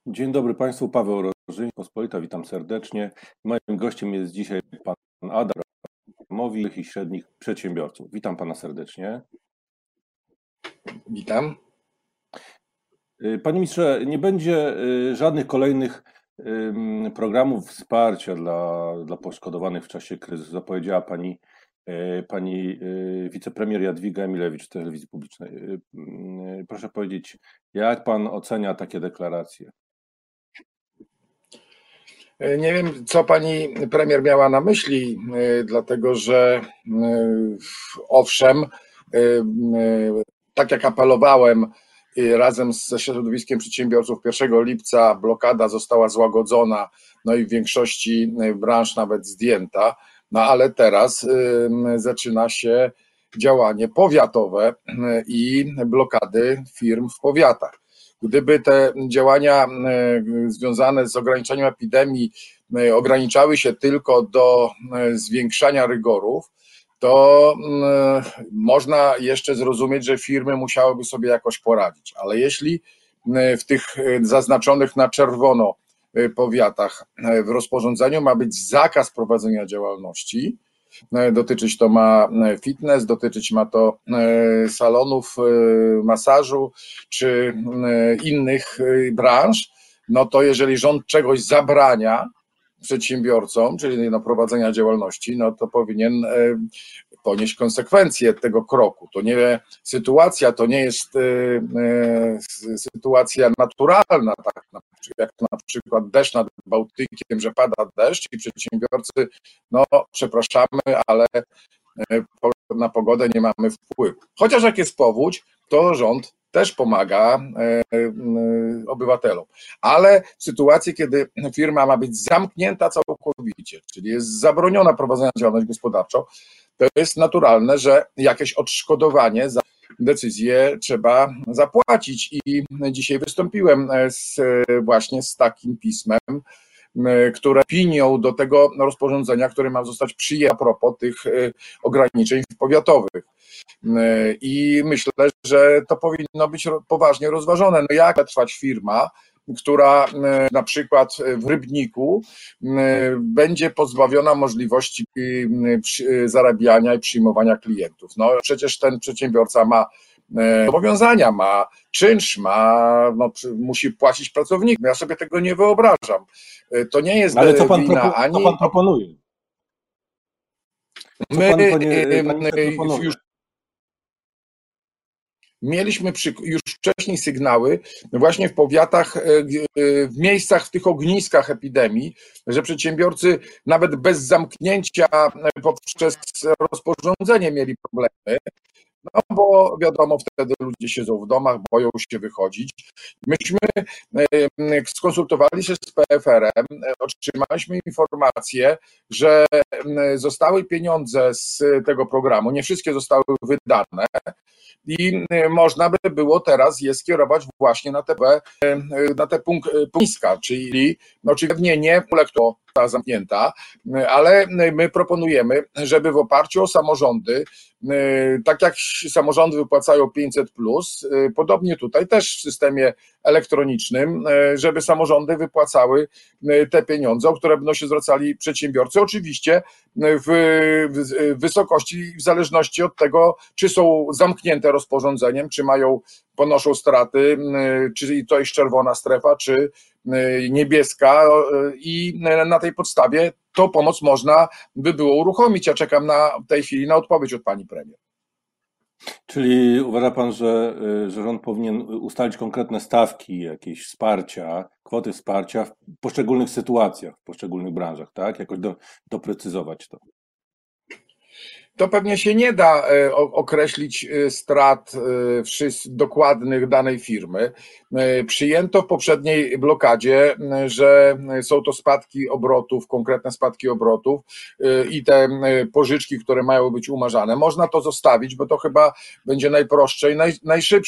Dzień dobry Państwu, Paweł Rożyń, Pospolita, witam serdecznie. Moim gościem jest dzisiaj pan Adam Małych i średnich przedsiębiorców. Witam Pana serdecznie. Witam. Panie ministrze, nie będzie żadnych kolejnych programów wsparcia dla poszkodowanych w czasie kryzysu. Zapowiedziała pani wicepremier Jadwiga Emilewicz z telewizji publicznej. Proszę powiedzieć, jak Pan ocenia takie deklaracje? Nie wiem, co pani premier miała na myśli, dlatego że owszem, tak jak apelowałem razem ze środowiskiem przedsiębiorców 1 lipca, blokada została złagodzona, no i w większości branż nawet zdjęta, no ale teraz zaczyna się działanie powiatowe i blokady firm w powiatach. Gdyby te działania związane z ograniczeniem epidemii ograniczały się tylko do zwiększania rygorów, to można jeszcze zrozumieć, że firmy musiałyby sobie jakoś poradzić. Ale jeśli w tych zaznaczonych na czerwono powiatach w rozporządzeniu ma być zakaz prowadzenia działalności, dotyczyć to ma fitness, dotyczyć ma to salonów masażu czy innych branż, no to jeżeli rząd czegoś zabrania przedsiębiorcom, czyli prowadzenia działalności, no to powinien ponieść konsekwencje tego kroku. To nie sytuacja, to nie jest sytuacja naturalna, tak jak na przykład deszcz nad Bałtykiem, że pada deszcz i przedsiębiorcy, no przepraszamy, ale na pogodę nie mamy wpływu. Chociaż jak jest powódź, to rząd też pomaga obywatelom. Ale w sytuacji, kiedy firma ma być zamknięta całkowicie, czyli jest zabroniona prowadzenia działalności gospodarczą, to jest naturalne, że jakieś odszkodowanie za decyzję trzeba zapłacić. I dzisiaj wystąpiłem właśnie z takim pismem, które opinią do tego rozporządzenia, które ma zostać przyjęte a propos tych ograniczeń powiatowych. I myślę, że to powinno być poważnie rozważone. No jak trwać firma, która na przykład w Rybniku będzie pozbawiona możliwości zarabiania i przyjmowania klientów. No przecież ten przedsiębiorca ma zobowiązania, ma czynsz, musi płacić pracownikom. Ja sobie tego nie wyobrażam. To nie jest ale co pan proponuje? Mieliśmy już wcześniej sygnały, właśnie w powiatach, w miejscach, w tych ogniskach epidemii, że przedsiębiorcy nawet bez zamknięcia poprzez rozporządzenie mieli problemy. No bo wiadomo, wtedy ludzie siedzą w domach, boją się wychodzić. Myśmy skonsultowali się z PFR-em, otrzymaliśmy informację, że zostały pieniądze z tego programu, nie wszystkie zostały wydane i można by było teraz je skierować właśnie na te punkty, czyli pewnie nie lekko zamknięta, ale my proponujemy, żeby w oparciu o samorządy, tak jak samorządy wypłacają 500+, podobnie tutaj też w systemie elektronicznym, żeby samorządy wypłacały te pieniądze, o które będą się zwracali przedsiębiorcy, oczywiście w wysokości, w zależności od tego, czy są zamknięte rozporządzeniem, czy ponoszą straty, czy to jest czerwona strefa, czy niebieska, i na tej podstawie tą pomoc można by było uruchomić. Ja czekam w tej chwili na odpowiedź od pani premier. Czyli uważa pan, że rząd powinien ustalić konkretne stawki, jakieś wsparcia, kwoty wsparcia w poszczególnych sytuacjach, w poszczególnych branżach, tak? Jakoś doprecyzować to. To pewnie się nie da określić strat dokładnych danej firmy. Przyjęto w poprzedniej blokadzie, że są to spadki obrotów, konkretne spadki obrotów i te pożyczki, które mają być umarzane. Można to zostawić, bo to chyba będzie najprostsze i najszybsze.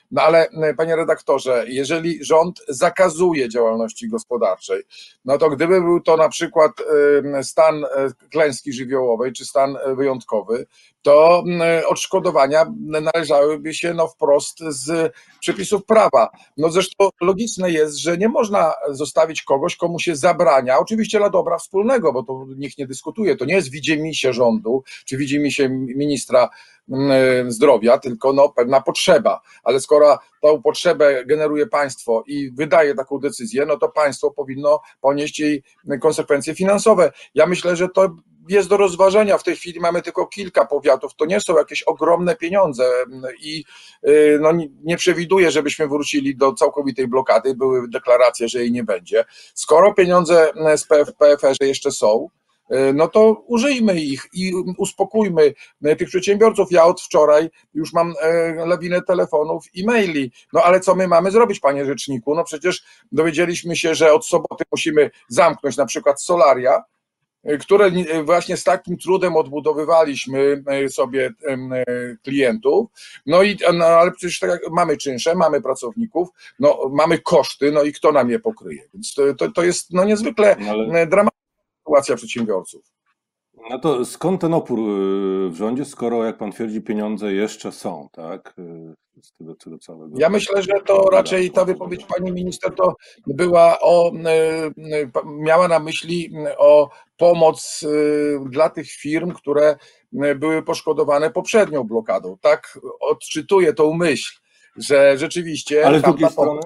No ale panie redaktorze, jeżeli rząd zakazuje działalności gospodarczej, no to gdyby był to na przykład stan klęski żywiołowej czy stan wyjątkowy, to odszkodowania należałyby się wprost z przepisów prawa. No zresztą logiczne jest, że nie można zostawić kogoś, komu się zabrania, oczywiście dla dobra wspólnego, bo to nikt nie dyskutuje, to nie jest widzimisię rządu, czy widzimisię ministra zdrowia, tylko pewna potrzeba, ale skoro tą potrzebę generuje państwo i wydaje taką decyzję, no to państwo powinno ponieść jej konsekwencje finansowe. Ja myślę, że to jest do rozważenia. W tej chwili mamy tylko kilka powiatów, to nie są jakieś ogromne pieniądze i nie przewiduję, żebyśmy wrócili do całkowitej blokady, były deklaracje, że jej nie będzie. Skoro pieniądze z PFR jeszcze są, no to użyjmy ich i uspokójmy tych przedsiębiorców. Ja od wczoraj już mam lawinę telefonów i maili. No ale co my mamy zrobić, panie rzeczniku? No przecież dowiedzieliśmy się, że od soboty musimy zamknąć na przykład solaria, które właśnie z takim trudem odbudowywaliśmy sobie klientów, ale przecież tak jak mamy czynsze, mamy pracowników, mamy koszty, i kto nam je pokryje? Więc to jest niezwykle dramatyczna sytuacja przedsiębiorców. No to skąd ten opór w rządzie, skoro, jak pan twierdzi, pieniądze jeszcze są, tak? Z tego całego. Ja myślę, że to raczej ta wypowiedź pani minister to była miała na myśli o pomoc dla tych firm, które były poszkodowane poprzednią blokadą. Tak odczytuję tą myśl, że rzeczywiście. Ale z drugiej strony.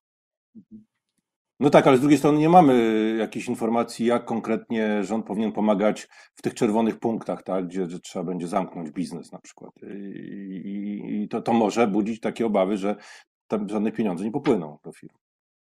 No tak, ale z drugiej strony nie mamy jakichś informacji, jak konkretnie rząd powinien pomagać w tych czerwonych punktach, tak, gdzie trzeba będzie zamknąć biznes na przykład. I to może budzić takie obawy, że tam żadne pieniądze nie popłyną do firm.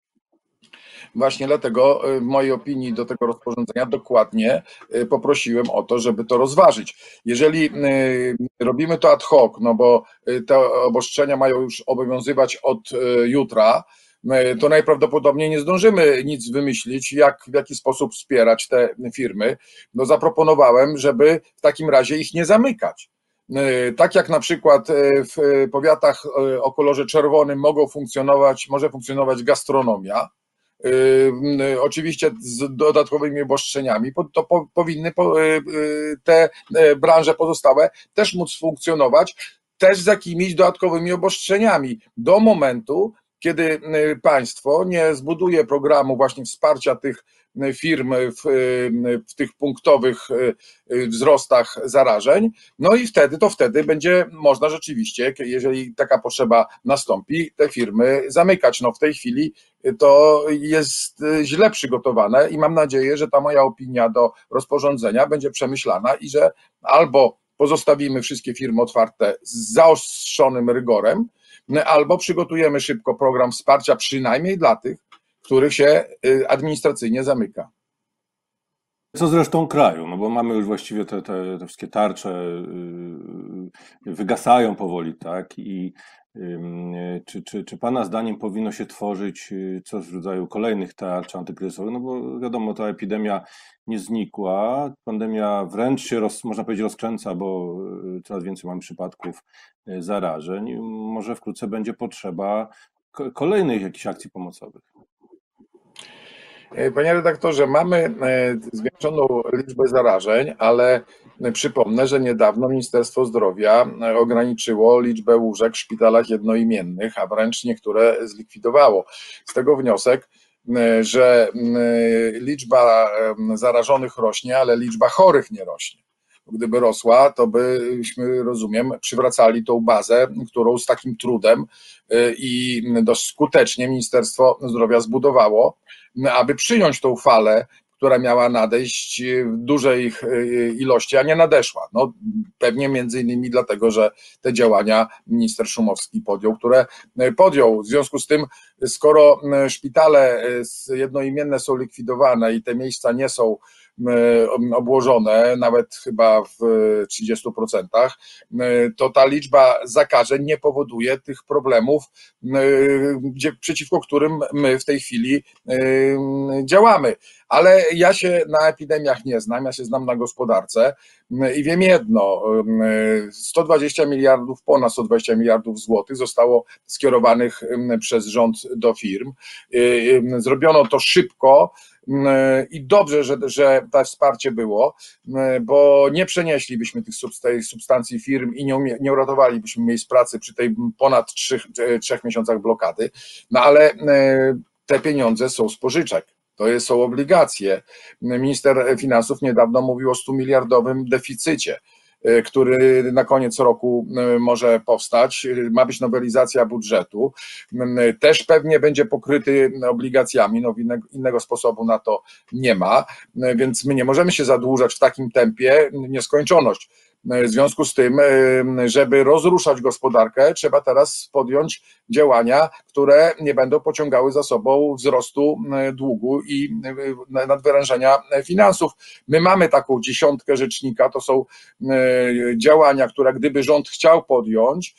Właśnie dlatego w mojej opinii do tego rozporządzenia dokładnie poprosiłem o to, żeby to rozważyć. Jeżeli robimy to ad hoc, bo te obostrzenia mają już obowiązywać od jutra, to najprawdopodobniej nie zdążymy nic wymyślić, w jaki sposób wspierać te firmy. Zaproponowałem, żeby w takim razie ich nie zamykać. Tak jak na przykład w powiatach o kolorze czerwonym może funkcjonować gastronomia, oczywiście z dodatkowymi obostrzeniami, to powinny te branże pozostałe też móc funkcjonować, też z jakimiś dodatkowymi obostrzeniami do momentu, kiedy państwo nie zbuduje programu właśnie wsparcia tych firm w tych punktowych wzrostach zarażeń, i wtedy będzie można rzeczywiście, jeżeli taka potrzeba nastąpi, te firmy zamykać. W tej chwili to jest źle przygotowane i mam nadzieję, że ta moja opinia do rozporządzenia będzie przemyślana i że albo pozostawimy wszystkie firmy otwarte z zaostrzonym rygorem, albo przygotujemy szybko program wsparcia, przynajmniej dla tych, których się administracyjnie zamyka. Co z resztą kraju? Bo mamy już właściwie te wszystkie tarcze wygasają powoli, tak? I czy pana zdaniem powinno się tworzyć coś w rodzaju kolejnych tarcz antykryzysowych? Bo wiadomo, ta epidemia nie znikła, pandemia wręcz się, można powiedzieć, rozkręca, bo coraz więcej mamy przypadków zarażeń. Może wkrótce będzie potrzeba kolejnych jakichś akcji pomocowych. Panie redaktorze, mamy zwiększoną liczbę zarażeń, ale przypomnę, że niedawno Ministerstwo Zdrowia ograniczyło liczbę łóżek w szpitalach jednoimiennych, a wręcz niektóre zlikwidowało. Z tego wniosek, że liczba zarażonych rośnie, ale liczba chorych nie rośnie. Gdyby rosła, to byśmy, rozumiem, przywracali tą bazę, którą z takim trudem i dość skutecznie Ministerstwo Zdrowia zbudowało, aby przyjąć tą falę, która miała nadejść w dużej ilości, a nie nadeszła. Pewnie między innymi dlatego, że te działania minister Szumowski podjął. W związku z tym, skoro szpitale jednoimienne są likwidowane i te miejsca nie są obłożone, nawet chyba w 30%, to ta liczba zakażeń nie powoduje tych problemów, przeciwko którym my w tej chwili działamy. Ale ja się na epidemiach nie znam, ja się znam na gospodarce i wiem jedno, 120 miliardów, ponad 120 miliardów złotych zostało skierowanych przez rząd do firm. Zrobiono to szybko i dobrze, że to wsparcie było, bo nie przenieślibyśmy tych substancji firm i nie uratowalibyśmy miejsc pracy przy tej ponad 3 miesiącach blokady, no ale te pieniądze są z pożyczek. To są obligacje. Minister Finansów niedawno mówił o 100-miliardowym deficycie, który na koniec roku może powstać. Ma być nowelizacja budżetu. Też pewnie będzie pokryty obligacjami, no innego sposobu na to nie ma, więc my nie możemy się zadłużać w takim tempie nieskończoność. W związku z tym, żeby rozruszać gospodarkę, trzeba teraz podjąć działania, które nie będą pociągały za sobą wzrostu długu i nadwyrężenia finansów. My mamy taką dziesiątkę rzecznika, to są działania, które gdyby rząd chciał podjąć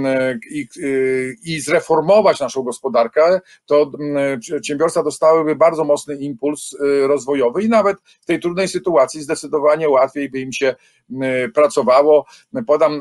i zreformować naszą gospodarkę, to przedsiębiorstwa dostałyby bardzo mocny impuls rozwojowy i nawet w tej trudnej sytuacji zdecydowanie łatwiej by im się pracowało. Podam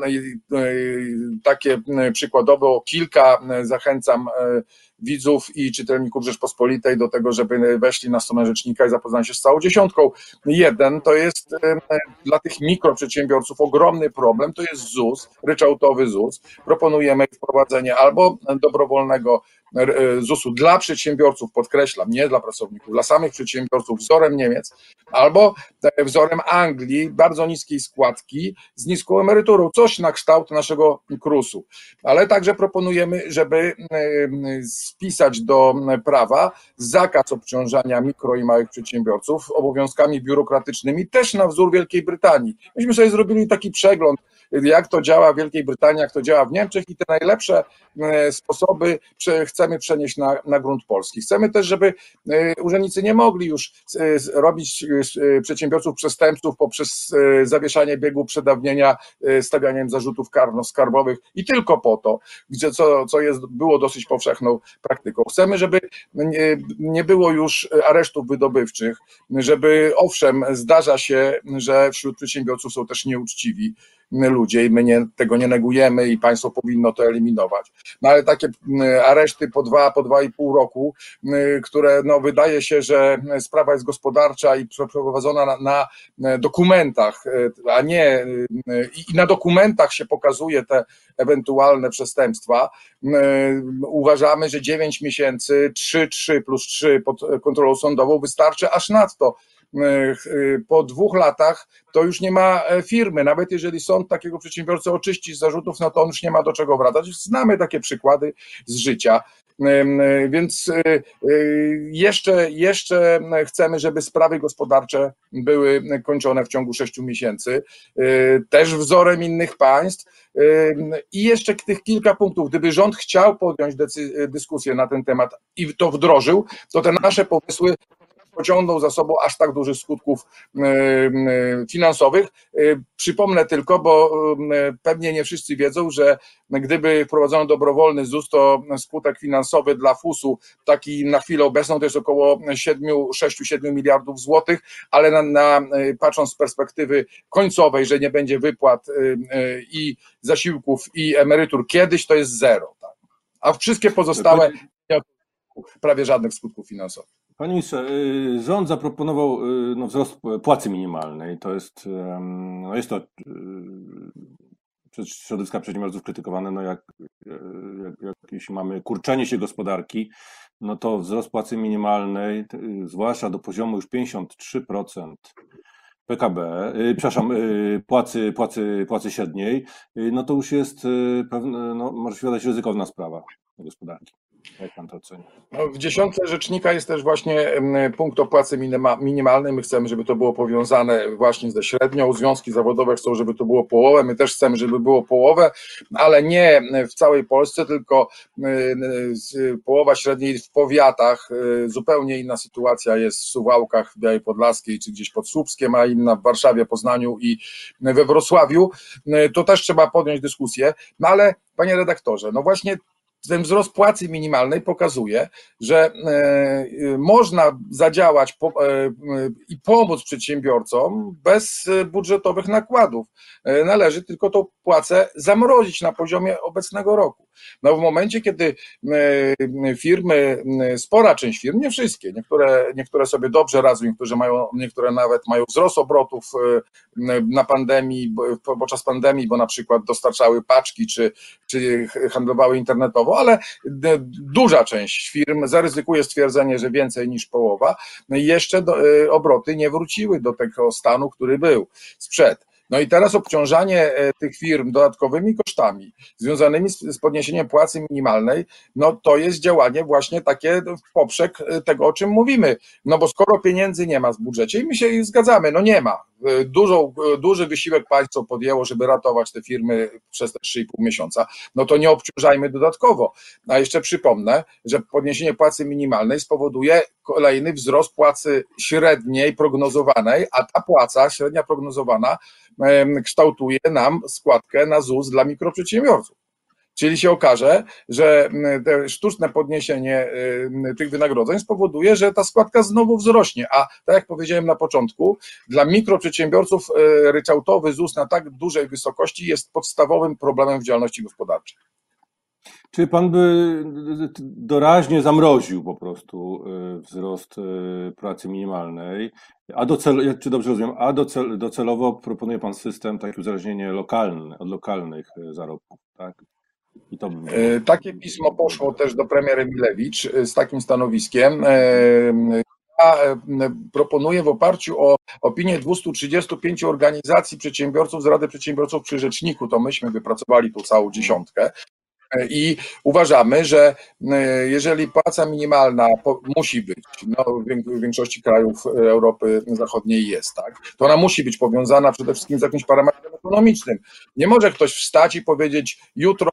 takie przykładowo kilka, zachęcam widzów i czytelników Rzeczpospolitej do tego, żeby weszli na stronę rzecznika i zapoznali się z całą dziesiątką. Jeden to jest dla tych mikroprzedsiębiorców ogromny problem, to jest ZUS, ryczałtowy ZUS. Proponujemy wprowadzenie albo dobrowolnego ZUS-u dla przedsiębiorców, podkreślam, nie dla pracowników, dla samych przedsiębiorców wzorem Niemiec, albo wzorem Anglii, bardzo niskiej składki z niską emeryturą, coś na kształt naszego KRUS-u. Ale także proponujemy, żeby spisać do prawa zakaz obciążania mikro i małych przedsiębiorców obowiązkami biurokratycznymi, też na wzór Wielkiej Brytanii. Myśmy sobie zrobili taki przegląd, jak to działa w Wielkiej Brytanii, jak to działa w Niemczech i te najlepsze sposoby chcemy przenieść na grunt polski. Chcemy też, żeby urzędnicy nie mogli już robić przedsiębiorców przestępców poprzez zawieszanie biegu przedawnienia, stawianiem zarzutów karno-skarbowych i tylko po to, co było dosyć powszechną praktyką. Chcemy, żeby nie było już aresztów wydobywczych, żeby owszem, zdarza się, że wśród przedsiębiorców są też nieuczciwi ludzie i my tego nie negujemy i państwo powinno to eliminować. No ale takie areszty po 2,5 roku, które no wydaje się, że sprawa jest gospodarcza i przeprowadzona na dokumentach, a nie i na dokumentach się pokazuje te ewentualne przestępstwa. Uważamy, że 9 miesięcy, 3 plus 3 pod kontrolą sądową wystarczy aż nadto. Po 2 latach to już nie ma firmy, nawet jeżeli sąd takiego przedsiębiorcę oczyści z zarzutów, no to on już nie ma do czego wracać. Znamy takie przykłady z życia, więc jeszcze chcemy, żeby sprawy gospodarcze były kończone w ciągu 6 miesięcy, też wzorem innych państw. I jeszcze tych kilka punktów, gdyby rząd chciał podjąć dyskusję na ten temat i to wdrożył, to te nasze pomysły pociągną za sobą aż tak dużych skutków finansowych. Przypomnę tylko, bo pewnie nie wszyscy wiedzą, że gdyby wprowadzono dobrowolny ZUS, to skutek finansowy dla FUS-u taki na chwilę obecną to jest około 6-7 miliardów złotych, ale patrząc z perspektywy końcowej, że nie będzie wypłat i zasiłków i emerytur kiedyś, to jest zero. Tak? A wszystkie pozostałe prawie żadnych skutków finansowych. Panie ministrze, rząd zaproponował wzrost płacy minimalnej. To jest to przez środowiska przedsiębiorców krytykowane, jak jeśli mamy kurczenie się gospodarki, no to wzrost płacy minimalnej, zwłaszcza do poziomu już 53% PKB, płacy średniej, no to już jest pewne, może się wydać ryzykowna sprawa gospodarki. Jak pan to ocenia? No, w dziesiątce rzecznika jest też właśnie punkt o płacy minimalnej. My chcemy, żeby to było powiązane właśnie ze średnią. Związki zawodowe chcą, żeby to było połowę. My też chcemy, żeby było połowę, ale nie w całej Polsce, tylko połowa średniej w powiatach. Zupełnie inna sytuacja jest w Suwałkach, w Białej Podlaskiej, czy gdzieś pod Słupskiem, a inna w Warszawie, Poznaniu i we Wrocławiu. To też trzeba podjąć dyskusję. No ale panie redaktorze, no właśnie ten wzrost płacy minimalnej pokazuje, że można zadziałać i pomóc przedsiębiorcom bez budżetowych nakładów. Należy tylko tą płacę zamrozić na poziomie obecnego roku. No w momencie, kiedy firmy, spora część firm, nie wszystkie, niektóre sobie dobrze radzą, niektóre nawet mają wzrost obrotów na pandemii, podczas pandemii, bo na przykład dostarczały paczki czy handlowały internetowo, ale duża część firm zaryzykuje stwierdzenie, że więcej niż połowa, jeszcze obroty nie wróciły do tego stanu, który był sprzed. No i teraz obciążanie tych firm dodatkowymi kosztami związanymi z podniesieniem płacy minimalnej, no to jest działanie właśnie takie w poprzek tego, o czym mówimy. No bo skoro pieniędzy nie ma w budżecie i my się zgadzamy, no nie ma. Duży wysiłek państwo podjęło, żeby ratować te firmy przez te 3,5 miesiąca, no to nie obciążajmy dodatkowo. A jeszcze przypomnę, że podniesienie płacy minimalnej spowoduje kolejny wzrost płacy średniej prognozowanej, a ta płaca średnia prognozowana kształtuje nam składkę na ZUS dla mikroprzedsiębiorców. Czyli się okaże, że te sztuczne podniesienie tych wynagrodzeń spowoduje, że ta składka znowu wzrośnie, a tak jak powiedziałem na początku, dla mikroprzedsiębiorców ryczałtowy ZUS na tak dużej wysokości jest podstawowym problemem w działalności gospodarczej. Czy pan by doraźnie zamroził po prostu wzrost płacy minimalnej, czy dobrze rozumiem, docelowo proponuje pan system, takie uzależnienie lokalne, od lokalnych zarobków, tak? Takie pismo poszło też do premier Emilewicz z takim stanowiskiem. Ja proponuję w oparciu o opinię 235 organizacji przedsiębiorców z Rady Przedsiębiorców przy Rzeczniku, to myśmy wypracowali tu całą dziesiątkę. I uważamy, że jeżeli płaca minimalna musi być, no w większości krajów Europy Zachodniej jest, tak, to ona musi być powiązana przede wszystkim z jakimś parametrem ekonomicznym. Nie może ktoś wstać i powiedzieć jutro,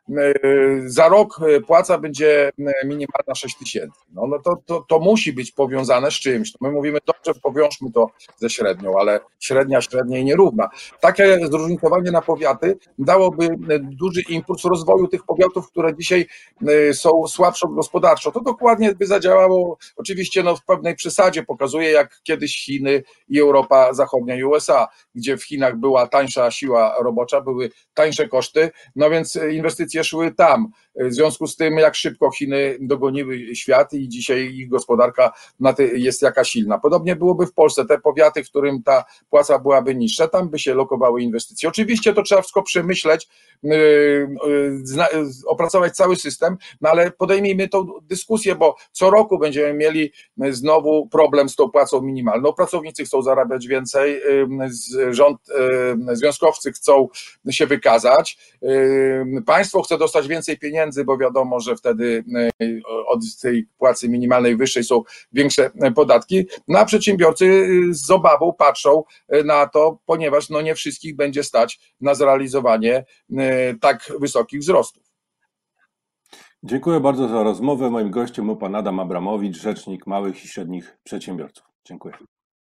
za rok płaca będzie minimalna 6 tysięcy. No to musi być powiązane z czymś. My mówimy, dobrze, powiążmy to ze średnią, ale średnia średniej nierówna. Takie zróżnicowanie na powiaty dałoby duży impuls rozwoju tych powiatów, które dzisiaj są słabsze gospodarczo. To dokładnie by zadziałało, oczywiście no, w pewnej przesadzie, pokazuje jak kiedyś Chiny i Europa Zachodnia i USA, gdzie w Chinach była tańsza siła robocza, były tańsze koszty, no więc inwestycje szły tam. W związku z tym, jak szybko Chiny dogoniły świat i dzisiaj ich gospodarka jest jaka silna. Podobnie byłoby w Polsce. Te powiaty, w którym ta płaca byłaby niższa, tam by się lokowały inwestycje. Oczywiście to trzeba wszystko przemyśleć, opracować cały system, no ale podejmijmy tą dyskusję, bo co roku będziemy mieli znowu problem z tą płacą minimalną. Pracownicy chcą zarabiać więcej, związkowcy chcą się wykazać, państwo chce dostać więcej pieniędzy, bo wiadomo, że wtedy od tej płacy minimalnej wyższej są większe podatki, no a przedsiębiorcy z obawą patrzą na to, ponieważ no nie wszystkich będzie stać na zrealizowanie tak wysokich wzrostów. Dziękuję bardzo za rozmowę. Moim gościem był pan Adam Abramowicz, rzecznik małych i średnich przedsiębiorców. Dziękuję.